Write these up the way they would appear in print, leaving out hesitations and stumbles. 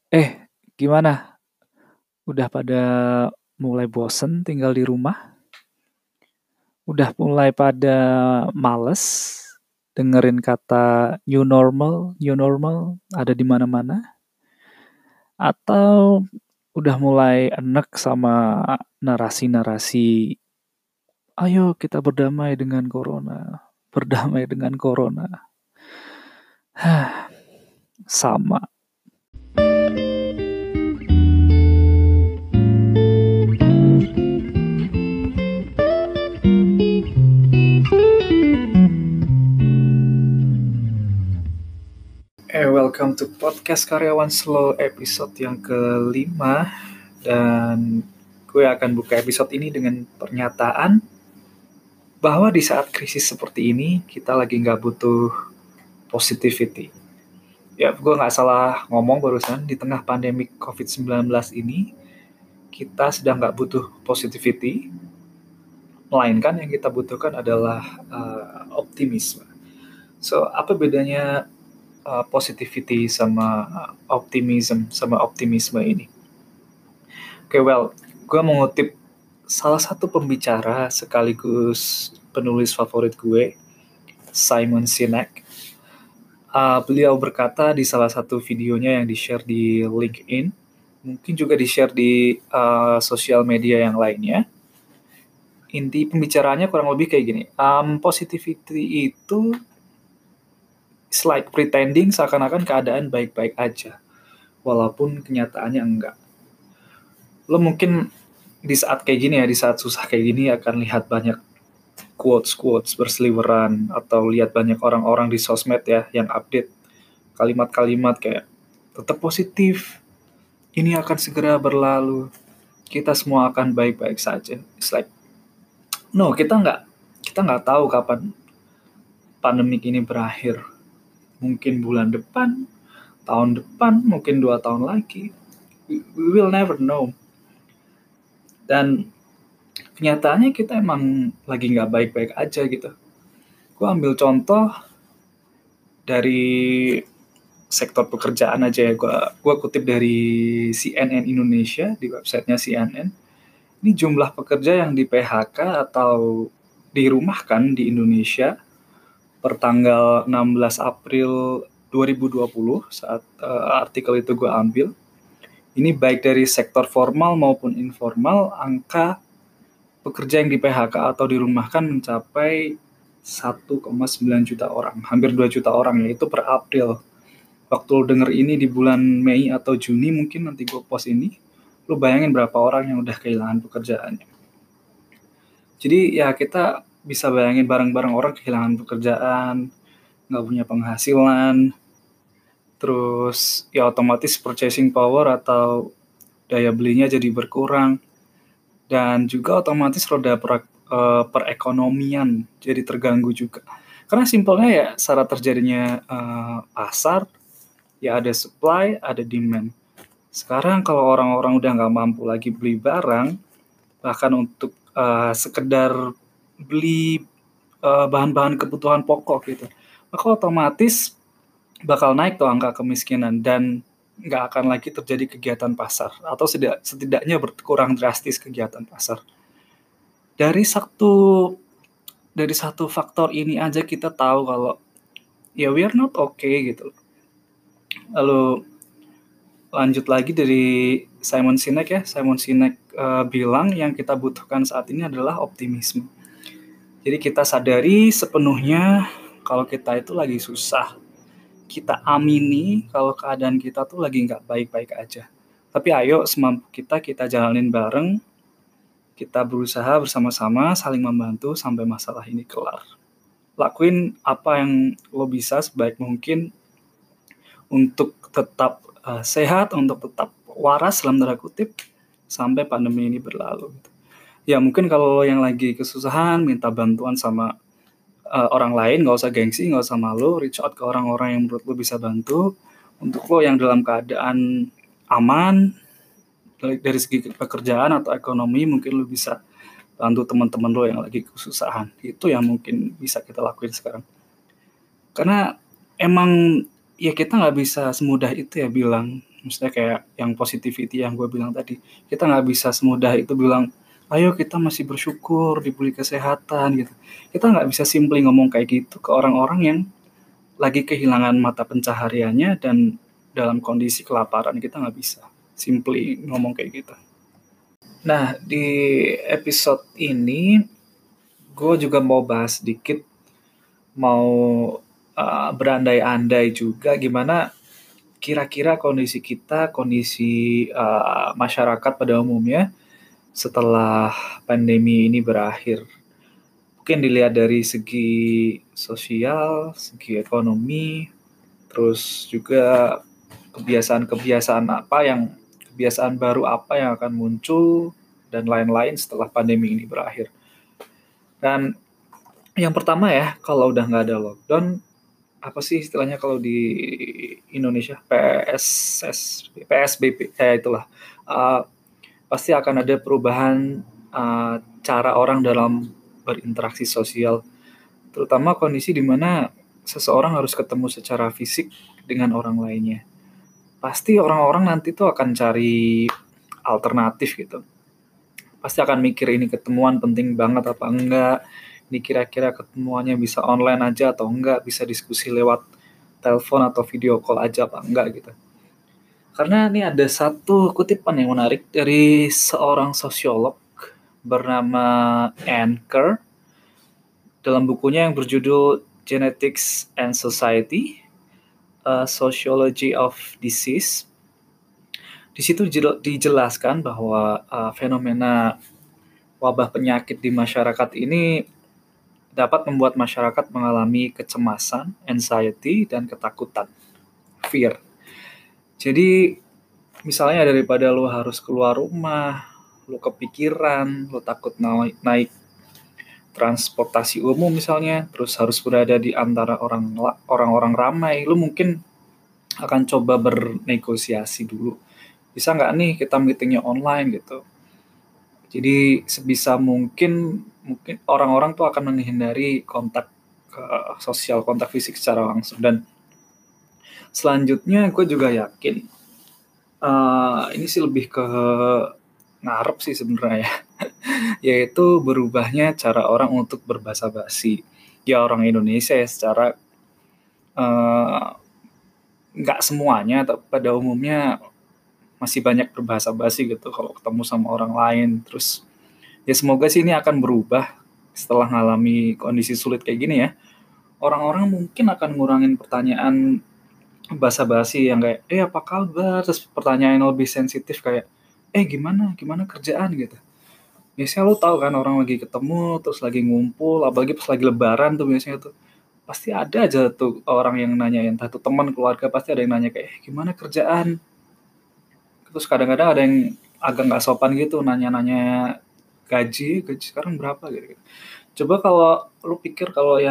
Eh, gimana? Udah pada mulai bosen tinggal di rumah? Udah mulai pada males dengerin kata new normal ada di mana-mana? Atau udah mulai enek sama narasi-narasi, ayo kita berdamai dengan corona, berdamai dengan corona. Hah, sama. Welcome to podcast Karyawan Slow episode yang kelima. Dan gue akan buka episode ini dengan pernyataan bahwa di saat krisis seperti ini, kita lagi nggak butuh positivity. Ya, gue nggak salah ngomong barusan, di tengah pandemi COVID-19 ini, kita sedang nggak butuh positivity, melainkan yang kita butuhkan adalah optimisme. So, apa bedanya positivity sama optimisme ini? Gue mengutip salah satu pembicara sekaligus penulis favorit gue, Simon Sinek. Beliau berkata di salah satu videonya yang di-share di LinkedIn, mungkin juga di-share di sosial media yang lainnya. Inti pembicaraannya kurang lebih kayak gini, positivity itu it's like pretending seakan-akan keadaan baik-baik aja, walaupun kenyataannya enggak. Lo mungkin di saat kayak gini ya, di saat susah kayak gini akan lihat banyak quotes berseliweran atau lihat banyak orang-orang di sosmed ya yang update kalimat-kalimat kayak tetap positif, ini akan segera berlalu, kita semua akan baik-baik saja. It's like no, kita nggak tahu kapan pandemik ini berakhir. Mungkin bulan depan, tahun depan, mungkin 2 tahun lagi. We will never know. Dan kenyataannya kita emang lagi nggak baik-baik aja gitu. Gue ambil contoh dari sektor pekerjaan aja ya. Gue kutip dari CNN Indonesia, di websitenya CNN. Ini jumlah pekerja yang di PHK atau dirumahkan di Indonesia per tanggal 16 April 2020 saat artikel itu gue ambil. Ini baik dari sektor formal maupun informal, angka pekerja yang di PHK atau dirumahkan mencapai 1,9 juta orang, hampir 2 juta orang, yaitu per April. Waktu lo denger ini di bulan Mei atau Juni, mungkin nanti gue post ini, lo bayangin berapa orang yang udah kehilangan pekerjaannya. Jadi ya kita bisa bayangin bareng-bareng orang kehilangan pekerjaan, nggak punya penghasilan, terus ya otomatis purchasing power atau daya belinya jadi berkurang, dan juga otomatis roda perekonomian jadi terganggu juga. Karena simpelnya ya syarat terjadinya pasar, ya ada supply, ada demand. Sekarang kalau orang-orang udah nggak mampu lagi beli barang, bahkan untuk sekedar beli bahan-bahan kebutuhan pokok gitu, maka otomatis bakal naik tuh angka kemiskinan dan nggak akan lagi terjadi kegiatan pasar atau setidaknya berkurang drastis kegiatan pasar. Dari satu faktor ini aja kita tahu kalau ya we are not okay gitu. Lalu lanjut lagi dari Simon Sinek ya. Simon Sinek bilang yang kita butuhkan saat ini adalah optimisme. Jadi kita sadari sepenuhnya kalau kita itu lagi susah. Kita amini kalau keadaan kita tuh lagi nggak baik-baik aja. Tapi ayo semampu kita jalanin bareng. Kita berusaha bersama-sama saling membantu sampai masalah ini kelar. Lakuin apa yang lo bisa sebaik mungkin untuk tetap sehat, untuk tetap waras dalam tanda kutip sampai pandemi ini berlalu. Ya mungkin kalau lo yang lagi kesusahan minta bantuan sama orang lain, nggak usah gengsi, nggak usah malu, reach out ke orang-orang yang menurut lo bisa bantu. Untuk lo yang dalam keadaan aman dari segi pekerjaan atau ekonomi, mungkin lo bisa bantu teman-teman lo yang lagi kesusahan. Itu yang mungkin bisa kita lakuin sekarang. Karena emang ya kita nggak bisa semudah itu ya bilang Maksudnya kayak yang positivity yang gue bilang tadi. Kita nggak bisa semudah itu bilang, ayo kita masih bersyukur diberi kesehatan gitu. Kita nggak bisa simply ngomong kayak gitu ke orang-orang yang lagi kehilangan mata pencahariannya dan dalam kondisi kelaparan. Kita nggak bisa simply ngomong kayak gitu. Nah, di episode ini gue juga mau bahas sedikit, mau berandai-andai juga gimana kira-kira kondisi kita, kondisi masyarakat pada umumnya setelah pandemi ini berakhir. Mungkin dilihat dari segi sosial, segi ekonomi, terus juga kebiasaan baru apa yang akan muncul dan lain-lain setelah pandemi ini berakhir. Dan yang pertama ya, kalau udah nggak ada lockdown, apa sih istilahnya kalau di Indonesia, PSBB, kayak itulah. Uh, Pasti akan ada perubahan cara orang dalam berinteraksi sosial, terutama kondisi di mana seseorang harus ketemu secara fisik dengan orang lainnya. Pasti orang-orang nanti tuh akan cari alternatif gitu. Pasti akan mikir ini ketemuan penting banget apa enggak, ini kira-kira ketemuannya bisa online aja atau enggak, bisa diskusi lewat telepon atau video call aja apa enggak gitu. Karena ini ada satu kutipan yang menarik dari seorang sosiolog bernama Ann Kerr dalam bukunya yang berjudul Genetics and Society, A Sociology of Disease. Di situ dijelaskan bahwa fenomena wabah penyakit di masyarakat ini dapat membuat masyarakat mengalami kecemasan, anxiety, dan ketakutan, fear. Jadi misalnya daripada lo harus keluar rumah, lo kepikiran, lo takut naik transportasi umum misalnya, terus harus berada di antara orang-orang ramai, lo mungkin akan coba bernegosiasi dulu. Bisa nggak nih kita meetingnya online gitu. Jadi sebisa mungkin orang-orang tuh akan menghindari kontak sosial, kontak fisik secara langsung. Dan selanjutnya gue juga yakin ini sih lebih ke ngarep sih sebenarnya, yaitu berubahnya cara orang untuk berbahasa basi. Ya orang Indonesia ya secara nggak semuanya, tapi pada umumnya masih banyak berbahasa basi gitu kalau ketemu sama orang lain. Terus ya semoga sih ini akan berubah setelah ngalami kondisi sulit kayak gini ya. Orang-orang mungkin akan ngurangin pertanyaan basa-basi yang kayak apa kabar, terus pertanyaan yang lebih sensitif kayak gimana kerjaan gitu. Biasanya lo tahu kan orang lagi ketemu terus lagi ngumpul, apalagi pas lagi lebaran tuh biasanya tuh pasti ada aja tuh orang yang nanyain, entah itu teman keluarga pasti ada yang nanya kayak gimana kerjaan. Terus kadang-kadang ada yang agak nggak sopan gitu nanya-nanya gaji sekarang berapa gitu. Coba kalau lu pikir kalau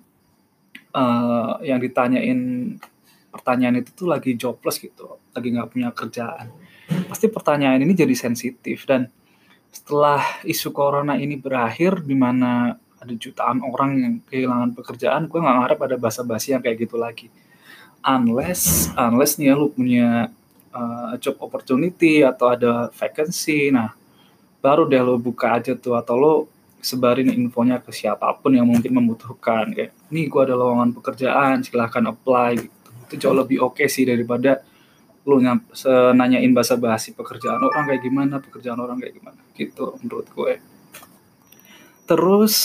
yang ditanyain pertanyaan itu tuh lagi jobless gitu, lagi nggak punya kerjaan, pasti pertanyaan ini jadi sensitif. Dan setelah isu corona ini berakhir, di mana ada jutaan orang yang kehilangan pekerjaan, gue nggak ngarep ada basa-basi yang kayak gitu lagi. Unless nih ya lu punya job opportunity atau ada vacancy, nah baru deh lo buka aja tuh, atau lo sebarin infonya ke siapapun yang mungkin membutuhkan, kayak nih gue ada lowongan pekerjaan silahkan apply gitu. Itu jauh lebih oke sih daripada lo nanyain basa-basi pekerjaan orang kayak gimana gitu menurut gue. Terus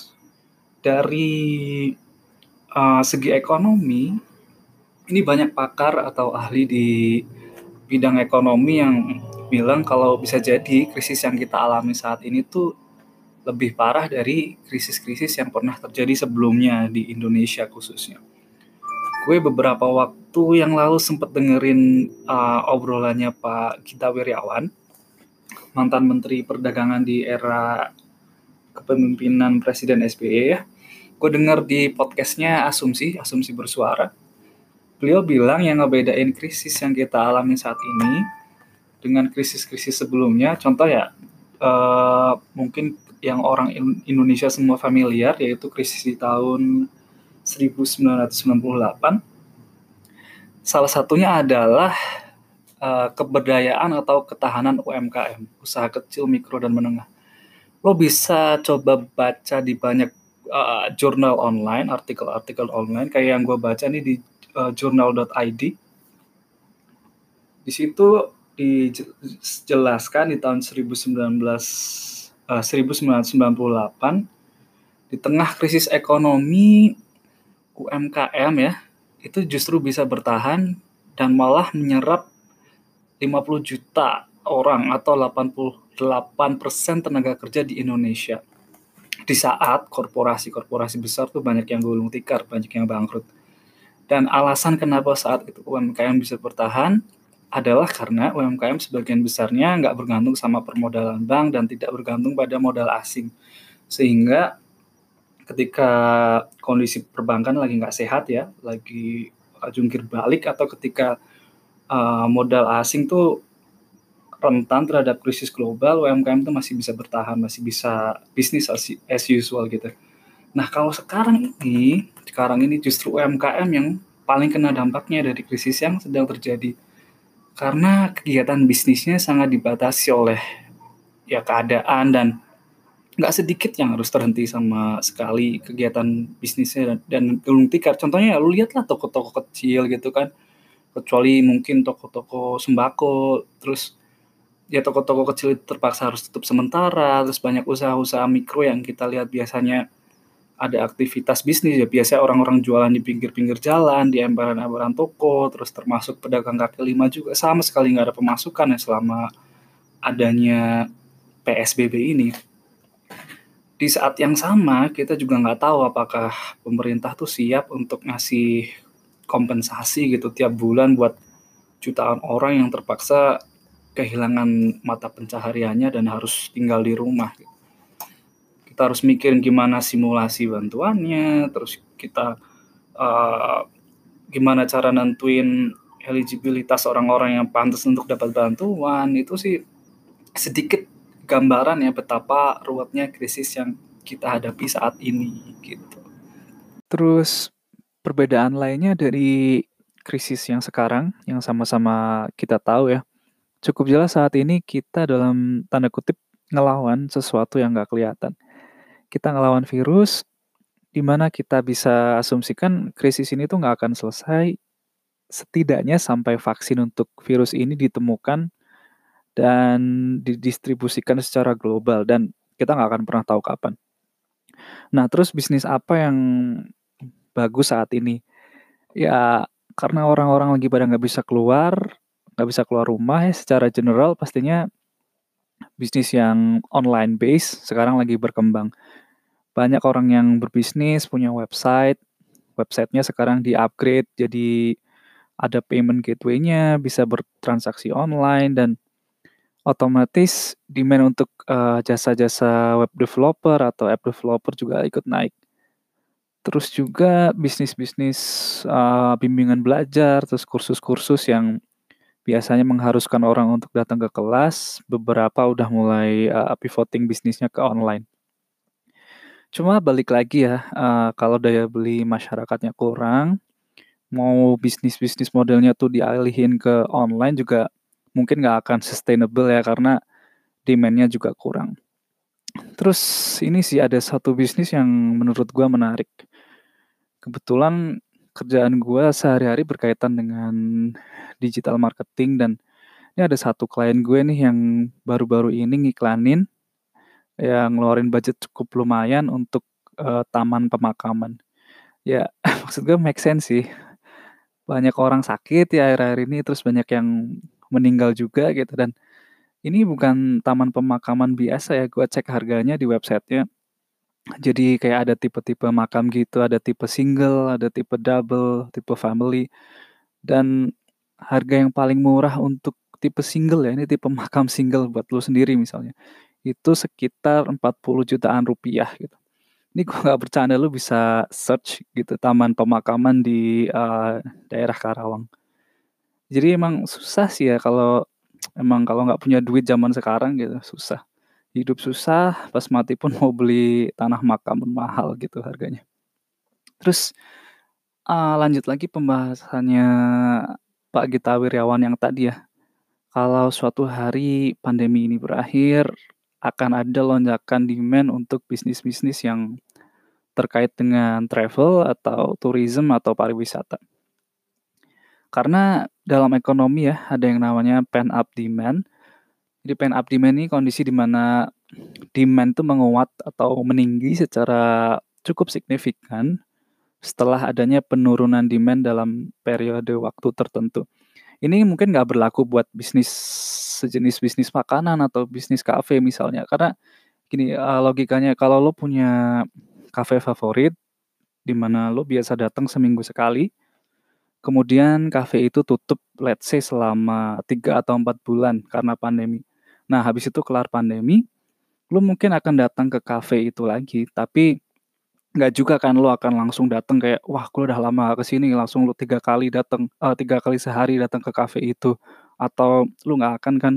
dari segi ekonomi, ini banyak pakar atau ahli di bidang ekonomi yang bilang kalau bisa jadi krisis yang kita alami saat ini tuh lebih parah dari krisis-krisis yang pernah terjadi sebelumnya di Indonesia khususnya. Gue beberapa waktu yang lalu sempat dengerin obrolannya Pak Gita Wirjawan, mantan Menteri Perdagangan di era kepemimpinan Presiden SBY ya. Gue denger di podcastnya Asumsi Bersuara. Beliau bilang yang ngebedain krisis yang kita alami saat ini dengan krisis-krisis sebelumnya, contoh ya, mungkin yang orang Indonesia semua familiar, yaitu krisis di tahun 1998. Salah satunya adalah keberdayaan atau ketahanan UMKM, usaha kecil, mikro, dan menengah. Lo bisa coba baca di banyak jurnal online, artikel-artikel online, kayak yang gue baca nih di journal.id. Di situ dijelaskan di tahun 1998, di tengah krisis ekonomi, UMKM ya, itu justru bisa bertahan dan malah menyerap 50 juta orang atau 88% tenaga kerja di Indonesia. Di saat korporasi-korporasi besar tuh banyak yang gulung tikar, banyak yang bangkrut. Dan alasan kenapa saat itu UMKM bisa bertahan adalah karena UMKM sebagian besarnya nggak bergantung sama permodalan bank dan tidak bergantung pada modal asing. Sehingga ketika kondisi perbankan lagi nggak sehat ya, lagi jungkir balik, atau ketika modal asing tuh rentan terhadap krisis global, UMKM itu masih bisa bertahan, masih bisa bisnis as usual gitu. Nah, kalau sekarang ini justru UMKM yang paling kena dampaknya dari krisis yang sedang terjadi. Karena kegiatan bisnisnya sangat dibatasi oleh ya keadaan, dan nggak sedikit yang harus terhenti sama sekali kegiatan bisnisnya dan gulung tikar. Contohnya ya lu lihatlah toko-toko kecil gitu kan, kecuali mungkin toko-toko sembako, terus ya toko-toko kecil itu terpaksa harus tutup sementara, terus banyak usaha-usaha mikro yang kita lihat biasanya ada aktivitas bisnis ya, biasanya orang-orang jualan di pinggir-pinggir jalan, di emperan-emperan toko, terus termasuk pedagang kaki lima juga sama sekali nggak ada pemasukan ya selama adanya PSBB ini. Di saat yang sama kita juga nggak tahu apakah pemerintah tuh siap untuk ngasih kompensasi gitu tiap bulan buat jutaan orang yang terpaksa kehilangan mata pencahariannya dan harus tinggal di rumah. Kita harus mikirin gimana simulasi bantuannya, terus kita gimana cara nentuin eligibilitas orang-orang yang pantas untuk dapat bantuan. Itu sih sedikit gambaran ya betapa ruwetnya krisis yang kita hadapi saat ini gitu. Terus perbedaan lainnya dari krisis yang sekarang, yang sama-sama kita tahu ya, cukup jelas saat ini kita dalam tanda kutip ngelawan sesuatu yang nggak kelihatan. Kita ngelawan virus, di mana kita bisa asumsikan krisis ini tuh nggak akan selesai setidaknya sampai vaksin untuk virus ini ditemukan dan didistribusikan secara global, dan kita nggak akan pernah tahu kapan. Nah, terus bisnis apa yang bagus saat ini? Ya, karena orang-orang lagi pada nggak bisa keluar rumah ya, secara general pastinya bisnis yang online base sekarang lagi berkembang. Banyak orang yang berbisnis, punya websitenya sekarang di-upgrade jadi ada payment gateway-nya, bisa bertransaksi online, dan otomatis demand untuk jasa-jasa web developer atau app developer juga ikut naik. Terus juga bisnis-bisnis bimbingan belajar, terus kursus-kursus yang biasanya mengharuskan orang untuk datang ke kelas, beberapa udah mulai pivoting bisnisnya ke online. Cuma balik lagi ya, kalau daya beli masyarakatnya kurang, mau bisnis-bisnis modelnya tuh dialihin ke online juga mungkin nggak akan sustainable ya, karena demand-nya juga kurang. Terus ini sih ada satu bisnis yang menurut gua menarik. Kebetulan kerjaan gua sehari-hari berkaitan dengan digital marketing, dan ini ada satu klien gue nih yang baru-baru ini ngiklanin, yang ngeluarin budget cukup lumayan untuk taman pemakaman. Ya maksud gue make sense sih. Banyak orang sakit ya akhir-akhir ini, terus banyak yang meninggal juga gitu, dan ini bukan taman pemakaman biasa ya, gue cek harganya di websitenya. Jadi kayak ada tipe-tipe makam gitu, ada tipe single, ada tipe double, tipe family, dan harga yang paling murah untuk tipe single ya, ini tipe makam single buat lu sendiri misalnya, itu sekitar 40 jutaan rupiah gitu. Ini gue nggak bercanda, lu bisa search gitu taman pemakaman di daerah Karawang. Jadi emang susah sih ya kalau nggak punya duit zaman sekarang gitu, susah. Hidup susah, pas mati pun mau beli tanah makam pun mahal gitu harganya. Terus lanjut lagi pembahasannya Pak Gita Wirjawan yang tadi ya. kalau suatu hari pandemi ini berakhir, akan ada lonjakan demand untuk bisnis-bisnis yang terkait dengan travel atau tourism atau pariwisata. Karena dalam ekonomi ya, ada yang namanya pent up demand. Jadi pent up demand ini kondisi di mana demand itu menguat atau meninggi secara cukup signifikan setelah adanya penurunan demand dalam periode waktu tertentu. Ini mungkin nggak berlaku buat bisnis sejenis bisnis makanan atau bisnis kafe misalnya, karena gini, logikanya kalau lo punya kafe favorit, di mana lo biasa datang seminggu sekali, kemudian kafe itu tutup let's say selama 3 atau 4 bulan karena pandemi. Nah, habis itu kelar pandemi, lo mungkin akan datang ke kafe itu lagi, tapi nggak juga kan lo akan langsung datang kayak, "Wah, gue udah lama ke sini," langsung lo 3 kali datang, 3 kali sehari datang ke kafe itu. Atau lo nggak akan kan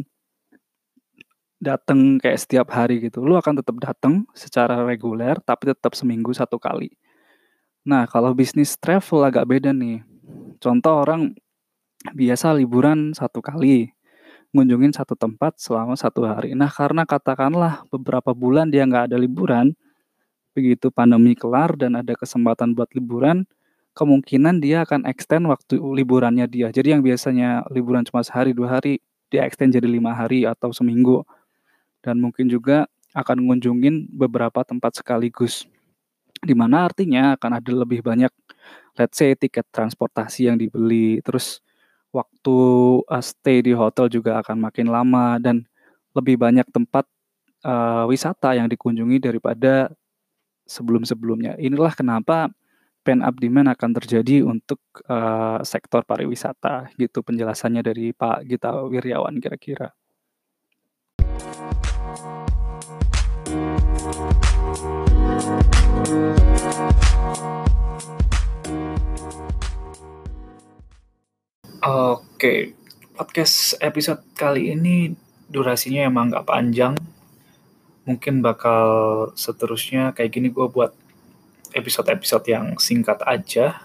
datang kayak setiap hari gitu. Lo akan tetap datang secara reguler, tapi tetap seminggu 1 kali. Nah, kalau bisnis travel agak beda nih. Contoh orang biasa liburan 1 kali, ngunjungin satu tempat selama 1 hari. Nah, karena katakanlah beberapa bulan dia nggak ada liburan, begitu pandemi kelar dan ada kesempatan buat liburan, kemungkinan dia akan extend waktu liburannya dia. Jadi yang biasanya liburan cuma sehari 2 hari, dia extend jadi 5 hari atau seminggu. Dan mungkin juga akan ngunjungin beberapa tempat sekaligus. Di mana artinya akan ada lebih banyak let's say tiket transportasi yang dibeli, terus waktu, stay di hotel juga akan makin lama dan lebih banyak tempat, wisata yang dikunjungi daripada sebelum-sebelumnya. Inilah kenapa pent up demand akan terjadi untuk, sektor pariwisata, gitu penjelasannya dari Pak Gita Wirjawan kira-kira. Oke, podcast episode kali ini durasinya emang nggak panjang. Mungkin bakal seterusnya kayak gini gue buat episode-episode yang singkat aja.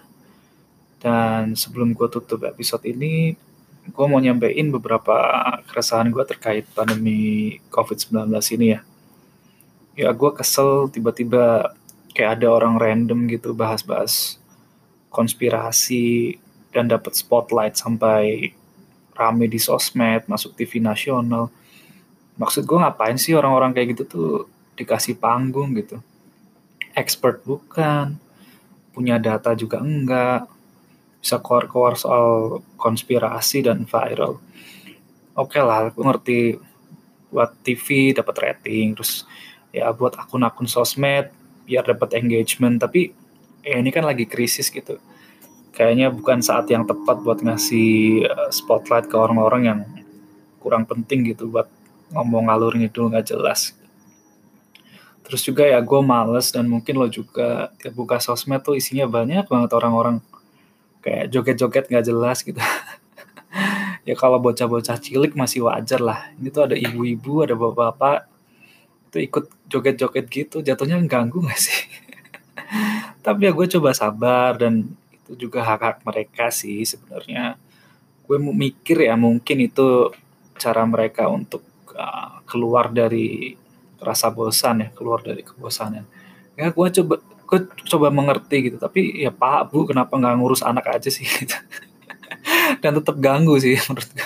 Dan sebelum gue tutup episode ini, gue mau nyampein beberapa keresahan gue terkait pandemi COVID-19 ini ya. Ya gue kesel tiba-tiba kayak ada orang random gitu bahas-bahas konspirasi dan dapat spotlight sampai rame di sosmed, masuk TV nasional. Maksud gue ngapain sih orang-orang kayak gitu tuh dikasih panggung gitu. Expert bukan, punya data juga enggak, bisa keluar-keluar soal konspirasi dan viral. Oke lah, gue ngerti buat TV dapat rating, terus ya buat akun-akun sosmed biar dapat engagement, tapi ini kan lagi krisis gitu. Kayaknya bukan saat yang tepat buat ngasih spotlight ke orang-orang yang kurang penting gitu buat ngomong ngalur ngidul nggak jelas. Terus juga ya gue males dan mungkin lo juga tiap buka sosmed tuh isinya banyak banget orang-orang kayak joget-joget nggak jelas gitu. Ya kalau bocah-bocah cilik masih wajar lah. Ini tuh ada ibu-ibu, ada bapak-bapak itu ikut joget-joget gitu, jatuhnya ganggu nggak sih? Tapi ya gue coba sabar dan itu juga hak-hak mereka sih sebenarnya. Gue mikir ya mungkin itu cara mereka untuk keluar dari rasa bosan ya, keluar dari kebosanan. Ya gue coba mengerti gitu, tapi ya Pak Bu kenapa nggak ngurus anak aja sih gitu. Dan tetap ganggu sih menurut gue.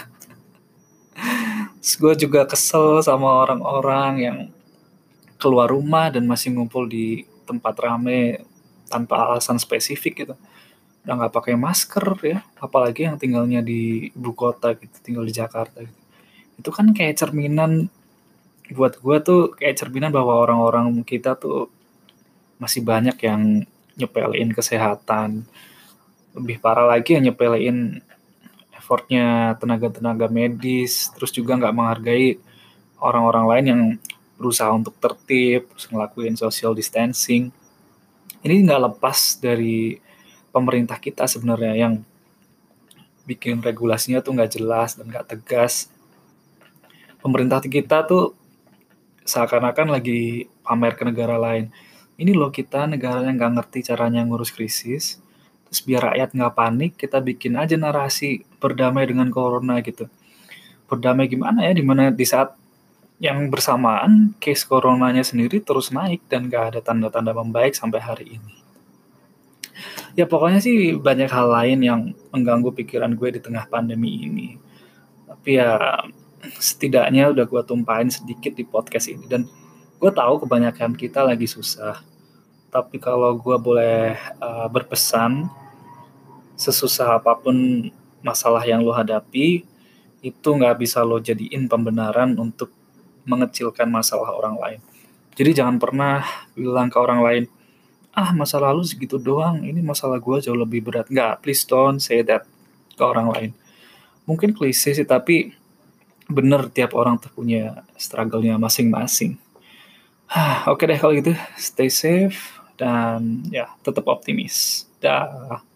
Terus gue juga kesel sama orang-orang yang keluar rumah dan masih ngumpul di tempat rame tanpa alasan spesifik gitu. Udah nggak pakai masker ya, apalagi yang tinggalnya di ibu kota gitu, tinggal di Jakarta gitu. Itu kan kayak cerminan, buat gue tuh kayak cerminan bahwa orang-orang kita tuh masih banyak yang nyepelein kesehatan. Lebih parah lagi yang nyepelein effortnya tenaga-tenaga medis, terus juga nggak menghargai orang-orang lain yang berusaha untuk tertib, terus ngelakuin social distancing. Ini nggak lepas dari pemerintah kita sebenarnya yang bikin regulasinya tuh nggak jelas dan nggak tegas. Pemerintah kita tuh seakan-akan lagi pamer ke negara lain. Ini loh kita negara yang nggak ngerti caranya ngurus krisis. Terus biar rakyat nggak panik, kita bikin aja narasi berdamai dengan corona gitu. berdamai gimana ya, dimana di saat yang bersamaan case coronanya sendiri terus naik dan gak ada tanda-tanda membaik sampai hari ini. Ya pokoknya sih banyak hal lain yang mengganggu pikiran gue di tengah pandemi ini. Tapi ya setidaknya udah gue tumpahin sedikit di podcast ini. Dan gue tahu kebanyakan kita lagi susah. Tapi kalau gue boleh berpesan, sesusah apapun masalah yang lo hadapi, itu nggak bisa lo jadiin pembenaran untuk mengecilkan masalah orang lain. Jadi jangan pernah bilang ke orang lain, ah masa lalu segitu doang, ini masalah gue jauh lebih berat. Nggak, please don't say that ke orang lain. Mungkin klise sih, tapi bener tiap orang tuh punya struggle-nya masing-masing. Oke deh kalau gitu, stay safe dan ya tetap optimis. Dah.